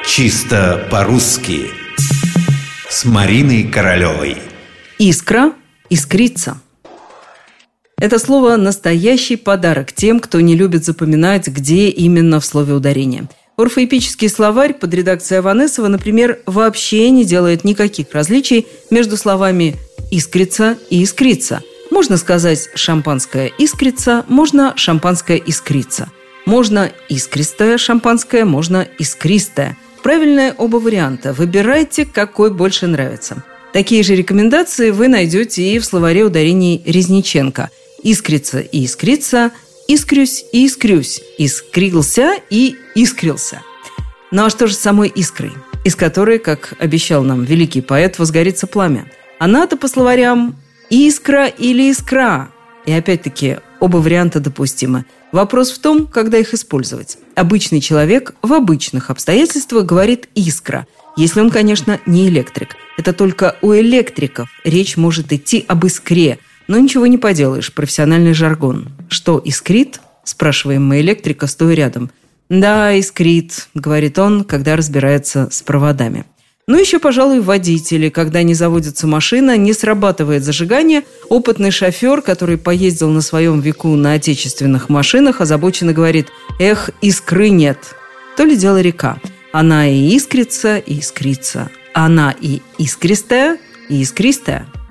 Чисто по-русски с Мариной Королевой. Искра, искриться. Это слово – настоящий подарок тем, кто не любит запоминать, где именно в слове ударение. Орфоэпический словарь под редакцией Аванесова, например, вообще не делает никаких различий между словами «искриться» и «искриться». Можно сказать «шампанское искрится», можно «шампанское искрится». Можно искристое шампанское, можно искристое. Правильные оба варианта. Выбирайте, какой больше нравится. Такие же рекомендации вы найдете и в словаре ударений Резниченко. Искриться и искриться, искрюсь и искрюсь, искрился и искрился. Ну а что же с самой искрой, из которой, как обещал нам великий поэт, возгорится пламя? Она-то по словарям искра или искра. И опять-таки оба варианта допустимы. Вопрос в том, когда их использовать. Обычный человек в обычных обстоятельствах говорит «искра», если он, конечно, не электрик. Это только у электриков речь может идти об искре. Но ничего не поделаешь, профессиональный жаргон. «Что искрит?» – спрашиваем мы электрика, стоя рядом. «Да, искрит», – говорит он, когда разбирается с проводами. Ну, еще, пожалуй, водители. Когда не заводится машина, не срабатывает зажигание, опытный шофер, который поездил на своем веку на отечественных машинах, озабоченно говорит: «Эх, искры нет». То ли дело река. Она и искрится, и искрится. Она и искристая, и искристая.